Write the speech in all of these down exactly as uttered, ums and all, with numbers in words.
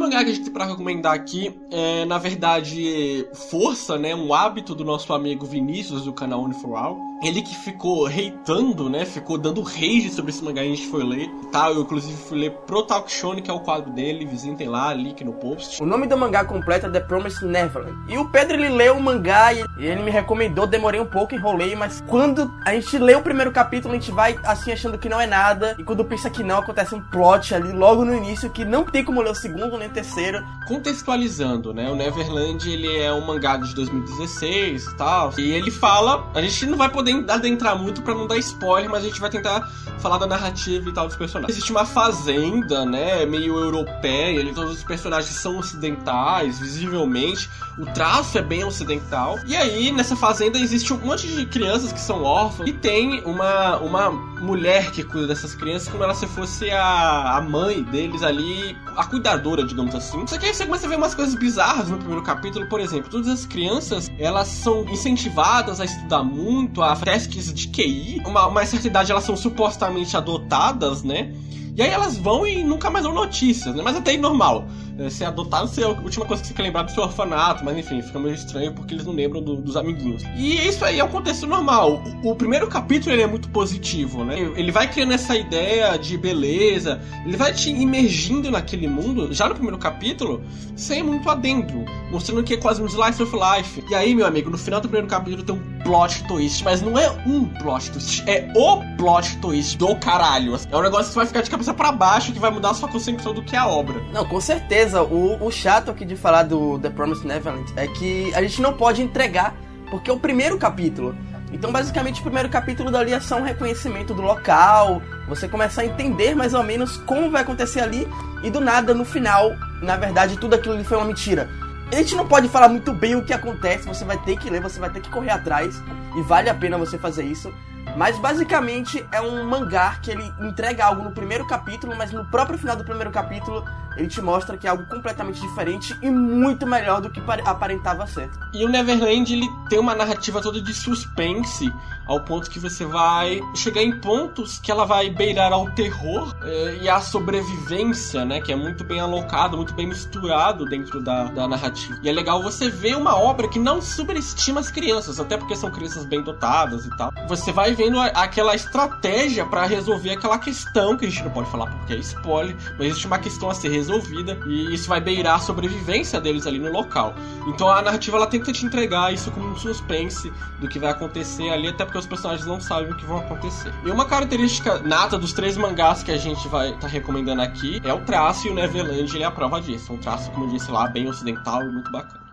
mangá que a gente tem pra recomendar aqui é, na verdade, Força, né? Um hábito do nosso amigo Vinícius, do canal One for All. Ele que ficou hateando, né? Ficou dando rage sobre esse mangá e a gente foi ler. Tá, eu inclusive fui ler Pro Talk Show, que é o quadro dele. Visitem lá, link no post. O nome do mangá completo é The Promised Neverland. E o Pedro, ele leu o mangá e ele me recomendou. Demorei um pouco, enrolei, mas quando a gente lê o primeiro capítulo, a gente vai assim achando que não é nada. E quando pensa que não, acontece um plot ali logo no início que não tem como ler o segundo nem o terceiro. Contextualizando, né? O Neverland, ele é um mangá de dois mil e dezesseis e tal. E ele fala... A gente não vai poder adentrar muito pra não dar spoiler, mas a gente vai tentar falar da narrativa e tal dos personagens. Existe uma fazenda, né? Meio europeia. Ali, todos os personagens são ocidentais, visivelmente. O traço é bem ocidental. E aí, nessa fazenda, existe um monte de crianças que são órfãs. E tem uma, uma mulher que cuida dessas crianças como ela se fosse a, a mãe deles ali, a cuidadora, digamos assim. Só que aí você começa a ver umas coisas bizarras no primeiro capítulo. Por exemplo, todas as crianças, elas são incentivadas a estudar muito, a testes de Q I. Uma, uma certa idade, elas são supostamente adotadas, né? E aí elas vão e nunca mais dão notícias, né? Mas até aí normal. É, ser adotado é a última coisa que você quer lembrar do seu orfanato, mas enfim, fica meio estranho porque eles não lembram do, dos amiguinhos. E isso aí é um contexto normal. O, o primeiro capítulo, ele é muito positivo, né? Ele vai criando essa ideia de beleza, ele vai te imergindo naquele mundo, já no primeiro capítulo, sem muito adendo, mostrando que é quase um slice of life. E aí, meu amigo, no final do primeiro capítulo tem um plot twist, mas não é um plot twist, é o plot twist do caralho. É um negócio que vai ficar de cabeça pra baixo, que vai mudar a sua concepção do que é a obra. Não, com certeza. O, o chato aqui de falar do The Promised Neverland é que a gente não pode entregar, porque é o primeiro capítulo. Então, basicamente, o primeiro capítulo dali é só um reconhecimento do local, você começa a entender mais ou menos como vai acontecer ali, e do nada, no final, na verdade, tudo aquilo ali foi uma mentira. A gente não pode falar muito bem o que acontece, você vai ter que ler, você vai ter que correr atrás, e vale a pena você fazer isso. Mas basicamente é um mangá que ele entrega algo no primeiro capítulo, mas no próprio final do primeiro capítulo ele te mostra que é algo completamente diferente e muito melhor do que aparentava ser. E o Neverland, ele tem uma narrativa toda de suspense, ao ponto que você vai chegar em pontos que ela vai beirar ao terror é, e à sobrevivência, né? Que é muito bem alocado, muito bem misturado dentro da, da narrativa. E é legal você ver uma obra que não subestima as crianças, até porque são crianças bem dotadas e tal. Você vai vendo a, aquela estratégia pra resolver aquela questão, que a gente não pode falar porque é spoiler, mas existe uma questão a ser resolvida, e isso vai beirar a sobrevivência deles ali no local. Então a narrativa, ela tenta te entregar isso como um suspense do que vai acontecer ali, até porque os personagens não sabem o que vai acontecer. E uma característica nata dos três mangás que a gente vai estar tá recomendando aqui é o traço, e o Neverland, ele é a prova disso. É um traço, como eu disse lá, bem ocidental e muito bacana.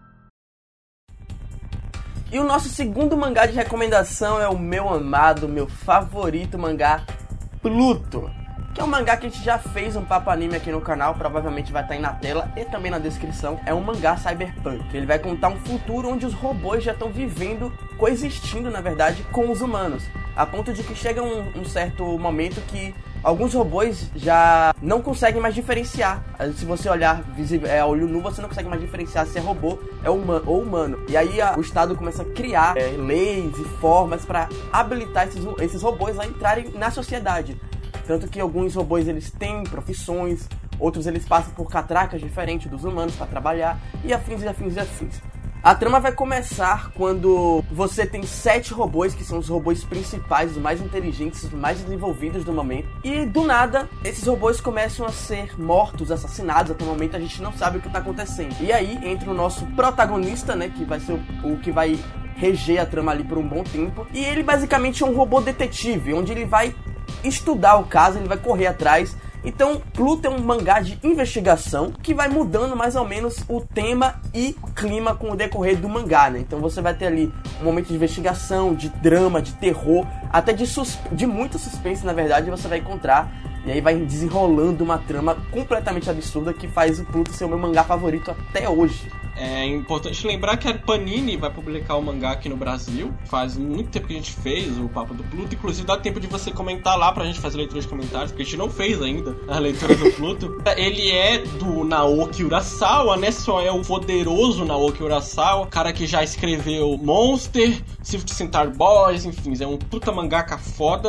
E o nosso segundo mangá de recomendação é o meu amado, meu favorito mangá, Pluto, que é um mangá que a gente já fez um papo anime aqui no canal, provavelmente vai estar aí na tela e também na descrição. É um mangá cyberpunk, ele vai contar um futuro onde os robôs já estão vivendo, coexistindo na verdade, com os humanos, a ponto de que chega um, um certo momento que alguns robôs já não conseguem mais diferenciar. Se você olhar visível, é, a olho nu, você não consegue mais diferenciar se é robô é uma, ou humano. E aí a, o Estado começa a criar é, leis e formas para habilitar esses, esses robôs a entrarem na sociedade. Tanto que alguns robôs eles têm profissões, outros eles passam por catracas diferentes dos humanos para trabalhar, e afins e afins e afins. A trama vai começar quando você tem sete robôs, que são os robôs principais, os mais inteligentes, os mais desenvolvidos do momento. E do nada, esses robôs começam a ser mortos, assassinados. Até o momento a gente não sabe o que está acontecendo. E aí entra o nosso protagonista, né, que vai ser o, o que vai reger a trama ali por um bom tempo. E ele basicamente é um robô detetive, onde ele vai estudar o caso, ele vai correr atrás. Então, Pluto é um mangá de investigação que vai mudando mais ou menos o tema e o clima com o decorrer do mangá, né? Então você vai ter ali um momento de investigação, de drama, de terror, até de, sus- de muito suspense, na verdade, você vai encontrar. E aí vai desenrolando uma trama completamente absurda que faz o Pluto ser o meu mangá favorito até hoje. É importante lembrar que a Panini vai publicar o mangá aqui no Brasil. Faz muito tempo que a gente fez o Papo do Pluto. Inclusive dá tempo de você comentar lá pra gente fazer leitura de comentários, porque a gente não fez ainda a leitura do Pluto. Ele é do Naoki Urasawa, né? Só é o poderoso Naoki Urasawa, cara que já escreveu Monster, Swift Centaur Boys, enfim, é um puta mangaka foda.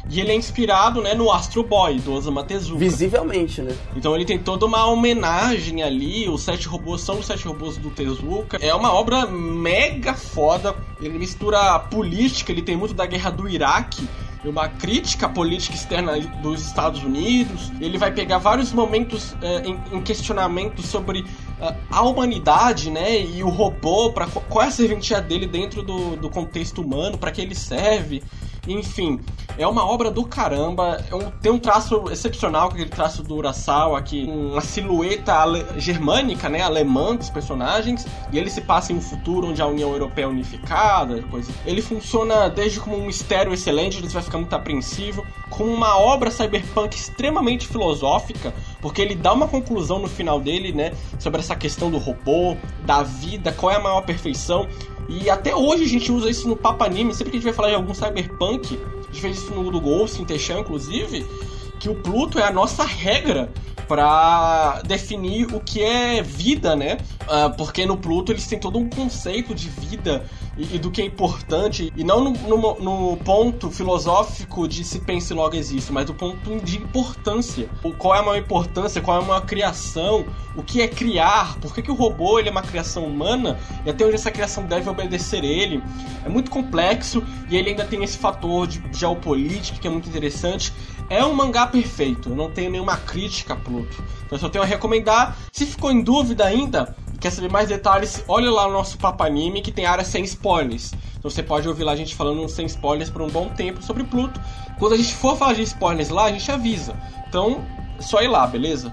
E ele é inspirado, né, no Astro Boy, do Osamu Tezuka. Visivelmente, né? Então ele tem toda uma homenagem ali, os sete robôs são os sete robôs do Tezuka. É uma obra mega foda, ele mistura política, ele tem muito da guerra do Iraque, uma crítica política externa dos Estados Unidos. Ele vai pegar vários momentos é, em, em questionamento sobre uh, a humanidade, né, e o robô, pra, qual é a serventia dele dentro do, do contexto humano, para que ele serve. Enfim, é uma obra do caramba, é um, tem um traço excepcional, aquele traço do Urasawa aqui, uma silhueta ale, germânica, né, alemã dos personagens, e ele se passa em um futuro onde a União Europeia é unificada, coisa. Ele funciona desde como um mistério excelente, onde você vai ficar muito apreensivo, como uma obra cyberpunk extremamente filosófica, porque ele dá uma conclusão no final dele, né, sobre essa questão do robô, da vida, qual é a maior perfeição. E até hoje a gente usa isso no Papo Anime, sempre que a gente vai falar de algum cyberpunk, a gente fez isso no do Ghost, em Techão, inclusive, que o Pluto é a nossa regra para definir o que é vida, né? Uh, porque no Pluto eles têm todo um conceito de vida e, e do que é importante, e não no, no, no ponto filosófico de se pensa e logo existe, mas do ponto de importância. Qual é a maior importância, qual é a maior criação, o que é criar, por que, que o robô ele é uma criação humana e até onde essa criação deve obedecer ele. É muito complexo e ele ainda tem esse fator de geopolítica que é muito interessante. É um mangá perfeito, eu não tenho nenhuma crítica a Pluto. Então eu só tenho a recomendar. Se ficou em dúvida ainda e quer saber mais detalhes, olha lá o nosso Papo Anime, que tem área sem spoilers. Então você pode ouvir lá a gente falando sem spoilers por um bom tempo sobre Pluto. Quando a gente for falar de spoilers lá, a gente avisa. Então, é só ir lá, beleza?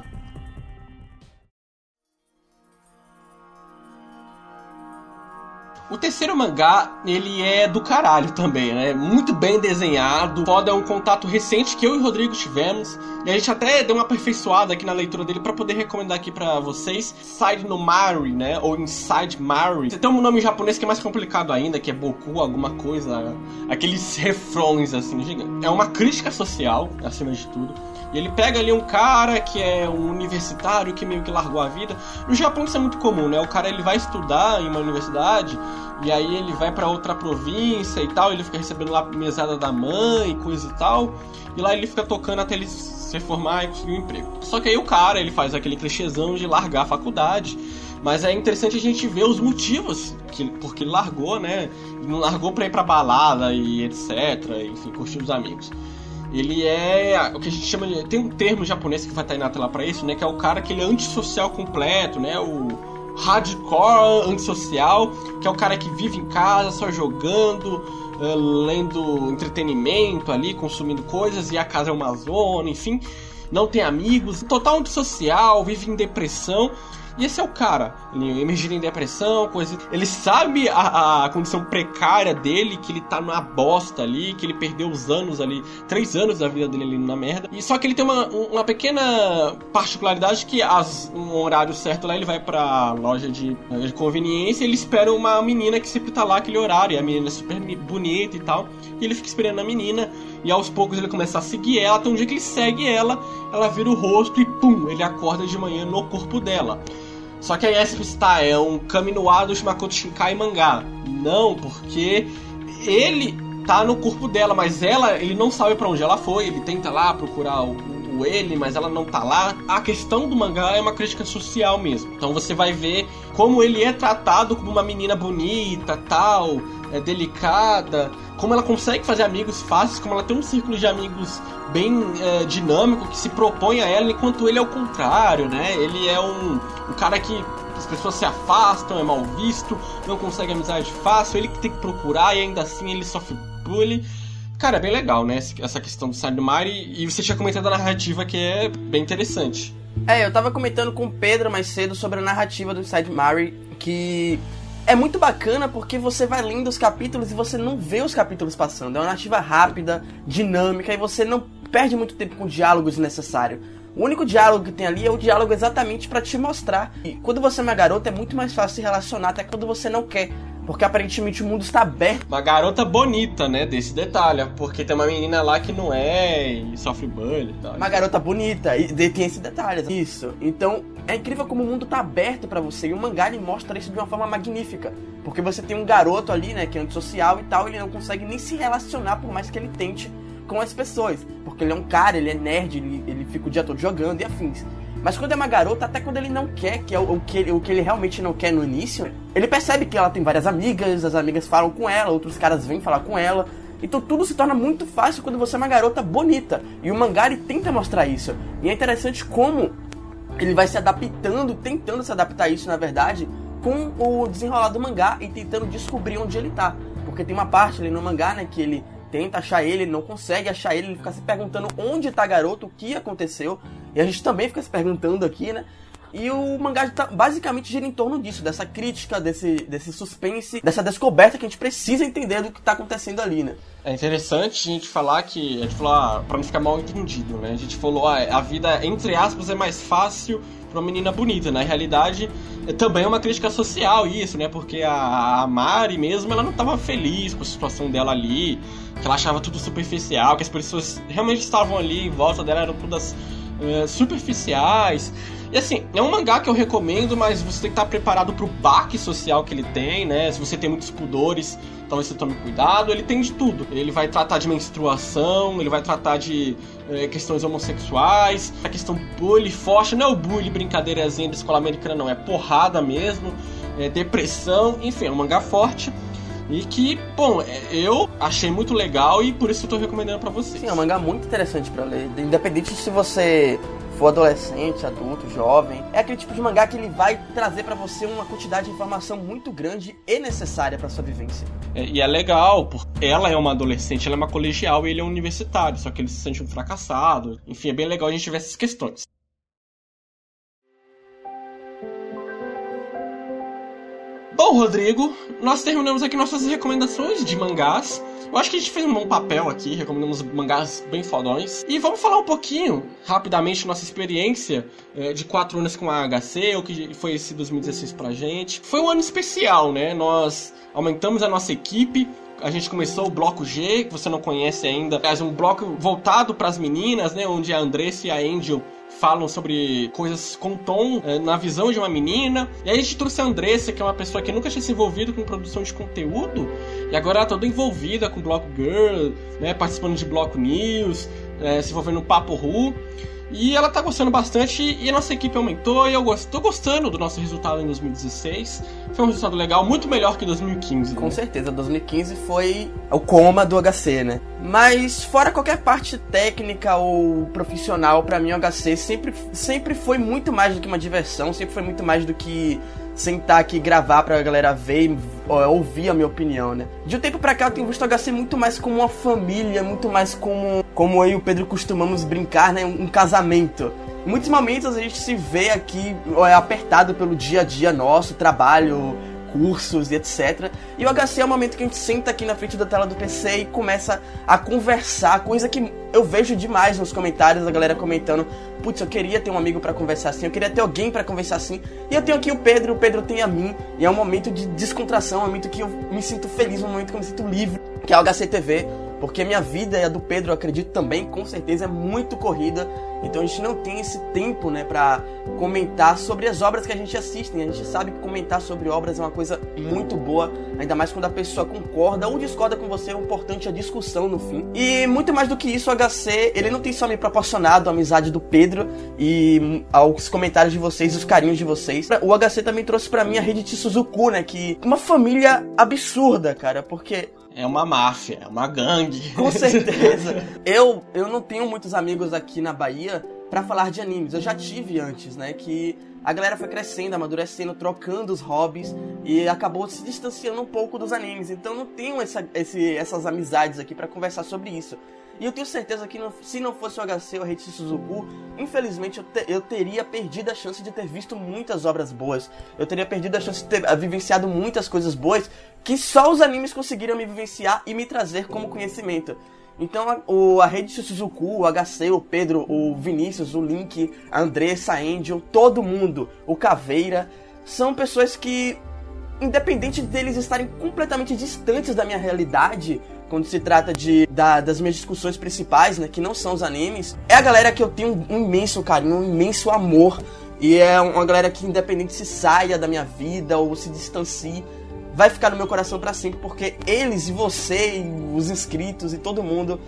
O terceiro mangá, ele é do caralho também, né? Muito bem desenhado. Foda, é um contato recente que eu e o Rodrigo tivemos. E a gente até deu uma aperfeiçoada aqui na leitura dele pra poder recomendar aqui pra vocês. Side no Mari, né? Ou Inside Mari. Tem um nome em japonês que é mais complicado ainda, que é Boku, alguma coisa. Aqueles refrões, assim, gigantes. É uma crítica social, acima de tudo. E ele pega ali um cara que é um universitário que meio que largou a vida. No Japão isso é muito comum, né? O cara ele vai estudar em uma universidade e aí ele vai pra outra província e tal. Ele fica recebendo lá a mesada da mãe e coisa e tal. E lá ele fica tocando até ele se formar e conseguir um emprego. Só que aí o cara, ele faz aquele clichêzão de largar a faculdade. Mas é interessante a gente ver os motivos que, porque ele largou, né? Ele não largou pra ir pra balada e etcétera. Enfim, curtir os amigos. Ele é o que a gente chama de... Tem um termo japonês que vai estar aí na tela pra isso, né? Que é o cara que ele é antissocial completo, né? O hardcore antissocial, que é o cara que vive em casa só jogando, uh, lendo entretenimento ali, consumindo coisas, e a casa é uma zona, enfim. Não tem amigos, total antissocial, vive em depressão. E esse é o cara, ele emergindo em depressão, coisa. Ele sabe a, a condição precária dele, que ele tá numa bosta ali, que ele perdeu os anos ali, três anos da vida dele ali na merda. E só que ele tem uma, uma pequena particularidade que as, um horário certo lá ele vai pra loja de, de conveniência e ele espera uma menina que sempre tá lá aquele horário. E a menina é super bonita e tal. E ele fica esperando a menina. E aos poucos ele começa a seguir ela, até um dia que ele segue ela, ela vira o rosto e pum, ele acorda de manhã no corpo dela. Só que aí essa está, é um Kaminuado do Makoto Shinkai mangá. Não, porque ele tá no corpo dela, mas ela, ele não sabe pra onde ela foi, ele tenta lá procurar o, o ele, mas ela não tá lá. A questão do mangá é uma crítica social mesmo. Então você vai ver como ele é tratado como uma menina bonita, tal, é delicada, como ela consegue fazer amigos fáceis, como ela tem um círculo de amigos bem é, dinâmico que se propõe a ela, enquanto ele é o contrário, né? Ele é um, um cara que as pessoas se afastam, é mal visto, não consegue amizade fácil, ele que tem que procurar e ainda assim ele sofre bullying. Cara, é bem legal, né? Essa questão do Side Mari, e você tinha comentado a narrativa que é bem interessante. É, eu tava comentando com o Pedro mais cedo sobre a narrativa do Inside Mari, que é muito bacana porque você vai lendo os capítulos e você não vê os capítulos passando. É uma narrativa rápida, dinâmica, e você não perde muito tempo com diálogos desnecessários. O único diálogo que tem ali é o diálogo exatamente pra te mostrar. E quando você é uma garota é muito mais fácil se relacionar até quando você não quer. Porque aparentemente o mundo está aberto. Uma garota bonita, né? Desse detalhe. Porque tem uma menina lá que não é e sofre bullying e tal. Uma garota bonita. E tem esse detalhe. Isso. Então, é incrível como o mundo está aberto pra você. E o mangá ele mostra isso de uma forma magnífica. Porque você tem um garoto ali, né? Que é antissocial e tal. E ele não consegue nem se relacionar por mais que ele tente com as pessoas, porque ele é um cara, ele é nerd, ele, ele fica o dia todo jogando e afins. Mas quando é uma garota, até quando ele não quer, que é o, o, que ele, o que ele realmente não quer no início, ele percebe que ela tem várias amigas, as amigas falam com ela, outros caras vêm falar com ela. Então tudo se torna muito fácil quando você é uma garota bonita. E o mangá ele tenta mostrar isso. E é interessante como ele vai se adaptando, tentando se adaptar a isso, na verdade, com o desenrolar do mangá e tentando descobrir onde ele tá. Porque tem uma parte ali no mangá, né, que ele tenta achar ele, ele não consegue achar ele, ele fica se perguntando onde tá a garota, o que aconteceu. E a gente também fica se perguntando aqui, né? E o mangá tá, basicamente gira em torno disso, dessa crítica, desse, desse suspense, dessa descoberta que a gente precisa entender do que tá acontecendo ali, né? É interessante a gente falar que, a gente falou, ah, pra não ficar mal entendido, né? A gente falou, ah, a vida, entre aspas, é mais fácil pra uma menina bonita. Na realidade, é também uma crítica social isso, né? Porque a, a Mari mesmo, ela não tava feliz com a situação dela ali, que ela achava tudo superficial, que as pessoas realmente estavam ali em volta dela, eram todas é, superficiais. E assim, é um mangá que eu recomendo, mas você tem que estar preparado pro baque social que ele tem, né? Se você tem muitos pudores, talvez você tome cuidado. Ele tem de tudo. Ele vai tratar de menstruação, ele vai tratar de é, questões homossexuais, a questão bullying forte. Não é o bullying brincadeirazinha da escola americana, não. É porrada mesmo, é depressão, enfim, é um mangá forte. E que, bom, eu achei muito legal e por isso eu tô recomendando pra vocês. Sim, é um mangá muito interessante pra ler. Independente se você for adolescente, adulto, jovem, é aquele tipo de mangá que ele vai trazer pra você uma quantidade de informação muito grande e necessária pra sua vivência. É, e é legal, porque ela é uma adolescente, ela é uma colegial e ele é um universitário, só que ele se sente um fracassado. Enfim, é bem legal a gente ver essas questões. Bom, Rodrigo, nós terminamos aqui nossas recomendações de mangás. Eu acho que a gente fez um bom papel aqui, recomendamos mangás bem fodões. E vamos falar um pouquinho, rapidamente, nossa experiência é, de quatro anos com a H C, o que foi esse dois mil e dezesseis pra gente. Foi um ano especial, né? Nós aumentamos a nossa equipe. A gente começou o Bloco G, que você não conhece ainda. É um bloco voltado para as meninas, né? Onde a Andressa e a Angel falam sobre coisas com tom, é, na visão de uma menina. E aí a gente trouxe a Andressa, que é uma pessoa que nunca tinha se envolvido com produção de conteúdo, e agora ela tá toda envolvida com Bloco Girl, né, participando de Bloco News, é, se envolvendo no Papo Ru. E ela tá gostando bastante e a nossa equipe aumentou e eu gost... tô gostando do nosso resultado em dois mil e dezesseis. Foi um resultado legal, muito melhor que dois mil e quinze. Com né? certeza, dois mil e quinze foi o coma do H C, né? Mas fora qualquer parte técnica ou profissional, pra mim o H C sempre, sempre foi muito mais do que uma diversão, sempre foi muito mais do que sentar aqui e gravar pra galera ver e ouvir a minha opinião, né? De um tempo pra cá eu tenho visto o H C muito mais como uma família, muito mais como, como eu e o Pedro costumamos brincar, né? Um casamento. Em muitos momentos a gente se vê aqui é, apertado pelo dia a dia nosso, trabalho, cursos e etcétera. E o H C é o momento que a gente senta aqui na frente da tela do P C e começa a conversar, coisa que eu vejo demais nos comentários, a galera comentando: putz, eu queria ter um amigo pra conversar assim, eu queria ter alguém pra conversar assim. E eu tenho aqui o Pedro, o Pedro tem a mim, e é um momento de descontração, é um momento que eu me sinto feliz, um momento que eu me sinto livre, que é o H C T V. Porque a minha vida e a do Pedro, eu acredito também, com certeza, é muito corrida. Então a gente não tem esse tempo, né, pra comentar sobre as obras que a gente assiste. A gente sabe que comentar sobre obras é uma coisa muito boa, ainda mais quando a pessoa concorda ou discorda com você. O importante é a discussão no fim. E muito mais do que isso, o H C, ele não tem só me proporcionado a amizade do Pedro e aos comentários de vocês, os carinhos de vocês. O H C também trouxe pra mim a rede de Suzuku, né, que uma família absurda, cara, porque... É uma máfia, é uma gangue. Com certeza. eu, eu não tenho muitos amigos aqui na Bahia pra falar de animes. Eu já tive antes, né? Que a galera foi crescendo, amadurecendo, trocando os hobbies e acabou se distanciando um pouco dos animes. Então não tenho essa, esse, essas amizades aqui pra conversar sobre isso. E eu tenho certeza que não, se não fosse o H C ou a Rede Suzuku, infelizmente eu, te, eu teria perdido a chance de ter visto muitas obras boas. Eu teria perdido a chance de ter a, vivenciado muitas coisas boas que só os animes conseguiram me vivenciar e me trazer como conhecimento. Então a, o, a Rede Suzuku, o H C, o Pedro, o Vinícius, o Link, a Andressa, a Angel, todo mundo, o Caveira, são pessoas que, independente deles estarem completamente distantes da minha realidade, quando se trata de, da, das minhas discussões principais, né, que não são os animes, é a galera que eu tenho um imenso carinho, um imenso amor, e é uma galera que, independente se saia da minha vida ou se distancie, vai ficar no meu coração pra sempre, porque eles e você, e os inscritos e todo mundo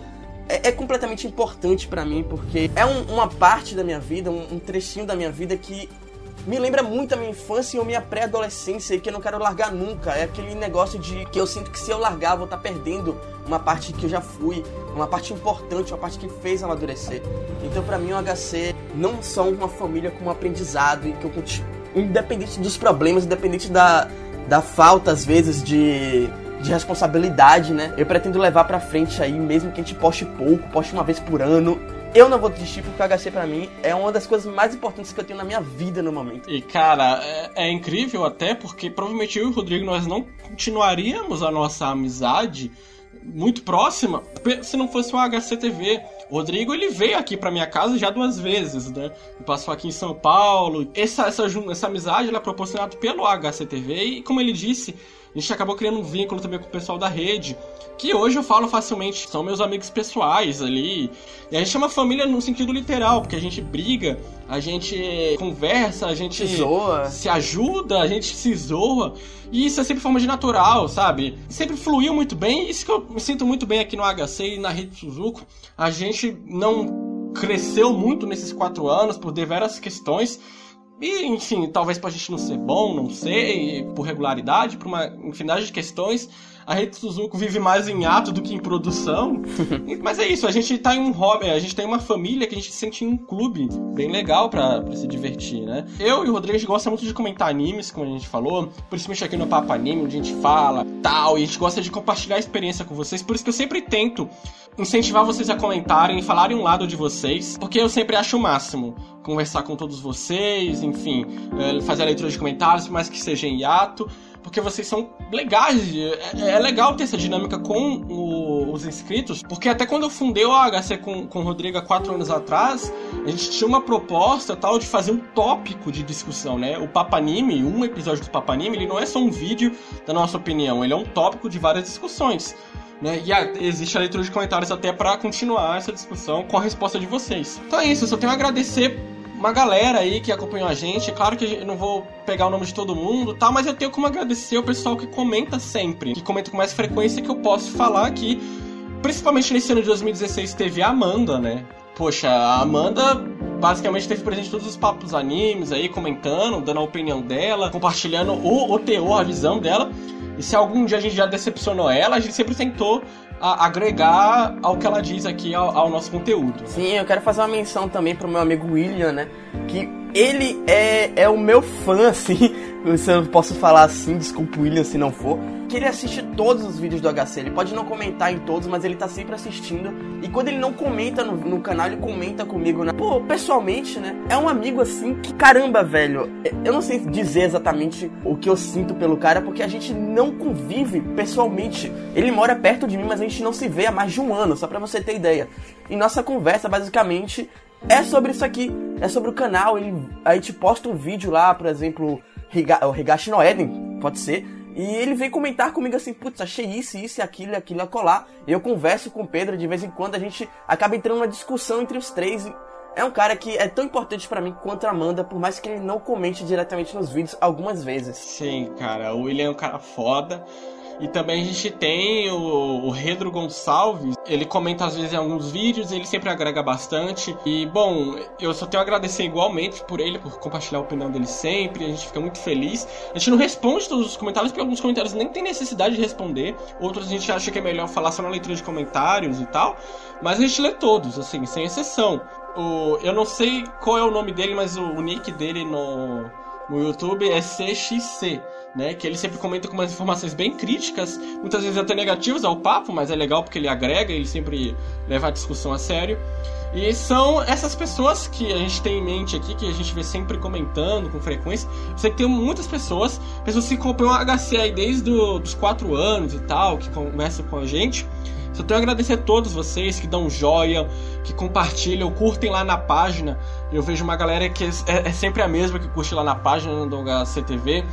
é, é completamente importante pra mim, porque é um, uma parte da minha vida, um, um trechinho da minha vida que me lembra muito a minha infância e a minha pré-adolescência e que eu não quero largar nunca. É aquele negócio de que eu sinto que se eu largar eu vou estar perdendo uma parte que eu já fui, uma parte importante, uma parte que fez amadurecer. Então pra mim o H C não só uma família com um aprendizado e que eu continuo, independente dos problemas, independente da, da falta às vezes de... de responsabilidade, né? Eu pretendo levar pra frente aí, mesmo que a gente poste pouco, poste uma vez por ano. Eu não vou desistir, porque o H C pra mim é uma das coisas mais importantes que eu tenho na minha vida no momento. E cara, é, é incrível até porque provavelmente eu e o Rodrigo nós não continuaríamos a nossa amizade muito próxima se não fosse o H C T V. O Rodrigo, ele veio aqui pra minha casa já duas vezes, né? Ele passou aqui em São Paulo. Essa, essa, essa amizade ela é proporcionada pelo H C T V e, como ele disse, a gente acabou criando um vínculo também com o pessoal da rede, que hoje eu falo facilmente, são meus amigos pessoais ali. E a gente é uma família no sentido literal, porque a gente briga, a gente conversa, a gente se zoa, se ajuda, a gente se zoa. E isso é sempre forma de natural, sabe? Sempre fluiu muito bem, isso que eu me sinto muito bem aqui no H C e na Rede Suzuko. A gente não cresceu muito nesses quatro anos por diversas questões. E, enfim, talvez pra gente não ser bom, não sei, por regularidade, por uma infinidade de questões. A Rede Suzuko vive mais em ato do que em produção. Mas é isso, a gente tá em um hobby, a gente tem uma família que a gente se sente em um clube bem legal pra, pra se divertir, né? Eu e o Rodrigo, a gente gosta muito de comentar animes, como a gente falou, principalmente aqui no Papo Anime, onde a gente fala tal, e a gente gosta de compartilhar a experiência com vocês, por isso que eu sempre tento incentivar vocês a comentarem e falarem um lado de vocês, porque eu sempre acho o máximo conversar com todos vocês, enfim, fazer a leitura de comentários, por mais que seja em hiato, porque vocês são legais, é, é legal ter essa dinâmica com o, os inscritos, porque até quando eu fundei o H C com, com o Rodrigo há quatro anos atrás, a gente tinha uma proposta tal de fazer um tópico de discussão, né? O Papo Anime, um episódio do Papo Anime, ele não é só um vídeo da nossa opinião, ele é um tópico de várias discussões, né? E a, existe a leitura de comentários até para continuar essa discussão com a resposta de vocês. Então é isso, eu só tenho a agradecer uma galera aí que acompanhou a gente. É claro que eu não vou pegar o nome de todo mundo, tá? Mas eu tenho como agradecer o pessoal que comenta sempre, que comenta com mais frequência, que eu posso falar aqui. Principalmente nesse ano de dois mil e dezesseis teve a Amanda, né? Poxa, a Amanda basicamente esteve presente em todos os papos animes aí, comentando, dando a opinião dela, compartilhando o, o teor, a visão dela. E se algum dia a gente já decepcionou ela, a gente sempre tentou a agregar ao que ela diz aqui ao, ao nosso conteúdo. Sim, eu quero fazer uma menção também pro meu amigo William, né? Que ele é, é o meu fã, assim, se eu posso falar assim, desculpa William se não for, que ele assiste todos os vídeos do H C. Ele pode não comentar em todos, mas ele tá sempre assistindo. E quando ele não comenta no, no canal, ele comenta comigo, né? Pô, pessoalmente, né? É um amigo assim que, caramba, velho, eu não sei dizer exatamente o que eu sinto pelo cara, porque a gente não convive pessoalmente. Ele mora perto de mim, mas a gente não se vê há mais de um ano, só pra você ter ideia. E nossa conversa, basicamente, é sobre isso aqui. É sobre o canal. Ele, a gente posta um vídeo lá, por exemplo, Higa, o Higashi no Eden, pode ser. E ele vem comentar comigo assim, putz, achei isso, isso, aquilo, aquilo, acolá. Eu converso com o Pedro, de vez em quando a gente acaba entrando numa discussão entre os três. É um cara que é tão importante pra mim quanto a Amanda, por mais que ele não comente diretamente nos vídeos algumas vezes. Sim, cara, o William é um cara foda. E também a gente tem o, o Redro Gonçalves, ele comenta às vezes em alguns vídeos, ele sempre agrega bastante. E, bom, eu só tenho a agradecer igualmente por ele, por compartilhar a opinião dele sempre, a gente fica muito feliz. A gente não responde todos os comentários, porque alguns comentários nem tem necessidade de responder, outros a gente acha que é melhor falar só na leitura de comentários e tal, mas a gente lê todos, assim, sem exceção. O, eu não sei qual é o nome dele, mas o, o nick dele no, no YouTube é C X C. Né, que ele sempre comenta com umas informações bem críticas, muitas vezes até negativas ao papo, mas é legal porque ele agrega, ele sempre leva a discussão a sério. E são essas pessoas que a gente tem em mente aqui, que a gente vê sempre comentando com frequência. Eu sei que tem muitas pessoas, pessoas que acompanham o H C aí desde do, os quatro anos e tal, que conversam com a gente. Só tenho a agradecer a todos vocês que dão joia, que compartilham, curtem lá na página. Eu vejo uma galera que é, é sempre a mesma que curte lá na página do H C T V.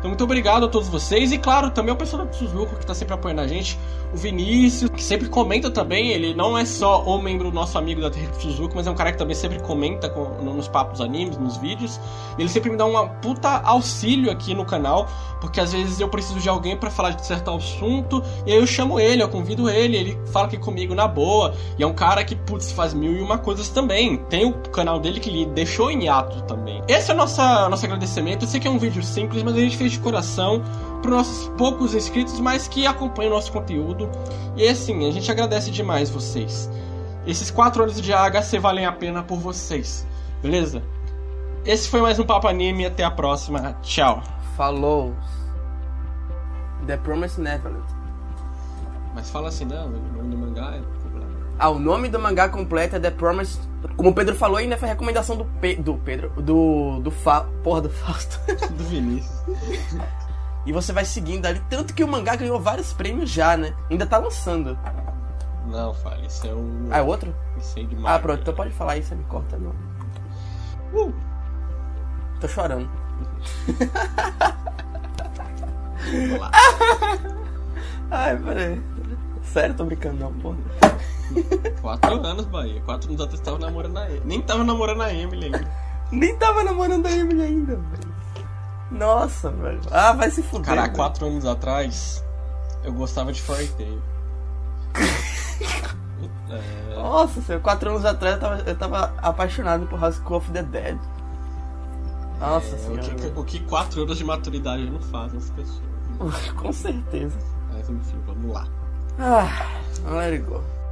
Então muito obrigado a todos vocês. E claro, também o pessoal do Suzuko que tá sempre apoiando a gente. O Vinícius, que sempre comenta também. Ele não é só o membro nosso amigo da Terra do Suzuko, mas é um cara que também sempre comenta com, nos papos animes, nos vídeos. E ele sempre me dá uma puta auxílio aqui no canal, porque às vezes eu preciso de alguém pra falar de certo assunto, e aí eu chamo ele, eu convido ele, ele fala aqui comigo na boa. E é um cara que, putz, faz mil e uma coisas também. Tem o canal dele que ele deixou em hiato também. Esse é o nosso, nosso agradecimento. Eu sei que é um vídeo simples, mas a gente fez de coração para os nossos poucos inscritos, mas que acompanham o nosso conteúdo. E assim, a gente agradece demais vocês. Esses quatro anos de A H C valem a pena por vocês, beleza? Esse foi mais um Papo Anime, até a próxima, tchau. Falou. The Promised Neverland. Mas fala assim, não, o nome do mangá é... Ah, o nome do mangá completo é The Promised... Como o Pedro falou, ainda foi recomendação do, Pe... do Pedro, do... do Fa... Porra, do Fausto. Do Vinícius. E você vai seguindo ali, tanto que o mangá ganhou vários prêmios já, né? Ainda tá lançando. Não, fala, isso é um... Ah, é outro? Isso aí demais. Ah, pronto, então pode falar isso, você me corta, não. Uh. Tô chorando. Vamos lá. Ai, peraí. Sério, tô brincando não, porra. Quatro anos, Bahia. Quatro anos atrás tava namorando a Emily. Nem tava namorando a Emily ainda. Nem tava namorando a Emily ainda, velho. Nossa, velho. Ah, vai se fuder. Cara, velho. quatro anos atrás, eu gostava de Fairy Tail. é... Nossa, senhor. Quatro anos atrás eu tava, eu tava apaixonado por House of the Dead. Nossa é, senhora. O que, o que quatro anos de maturidade não fazem as pessoas. Com certeza. Mas enfim, vamos lá. Ah, let it go.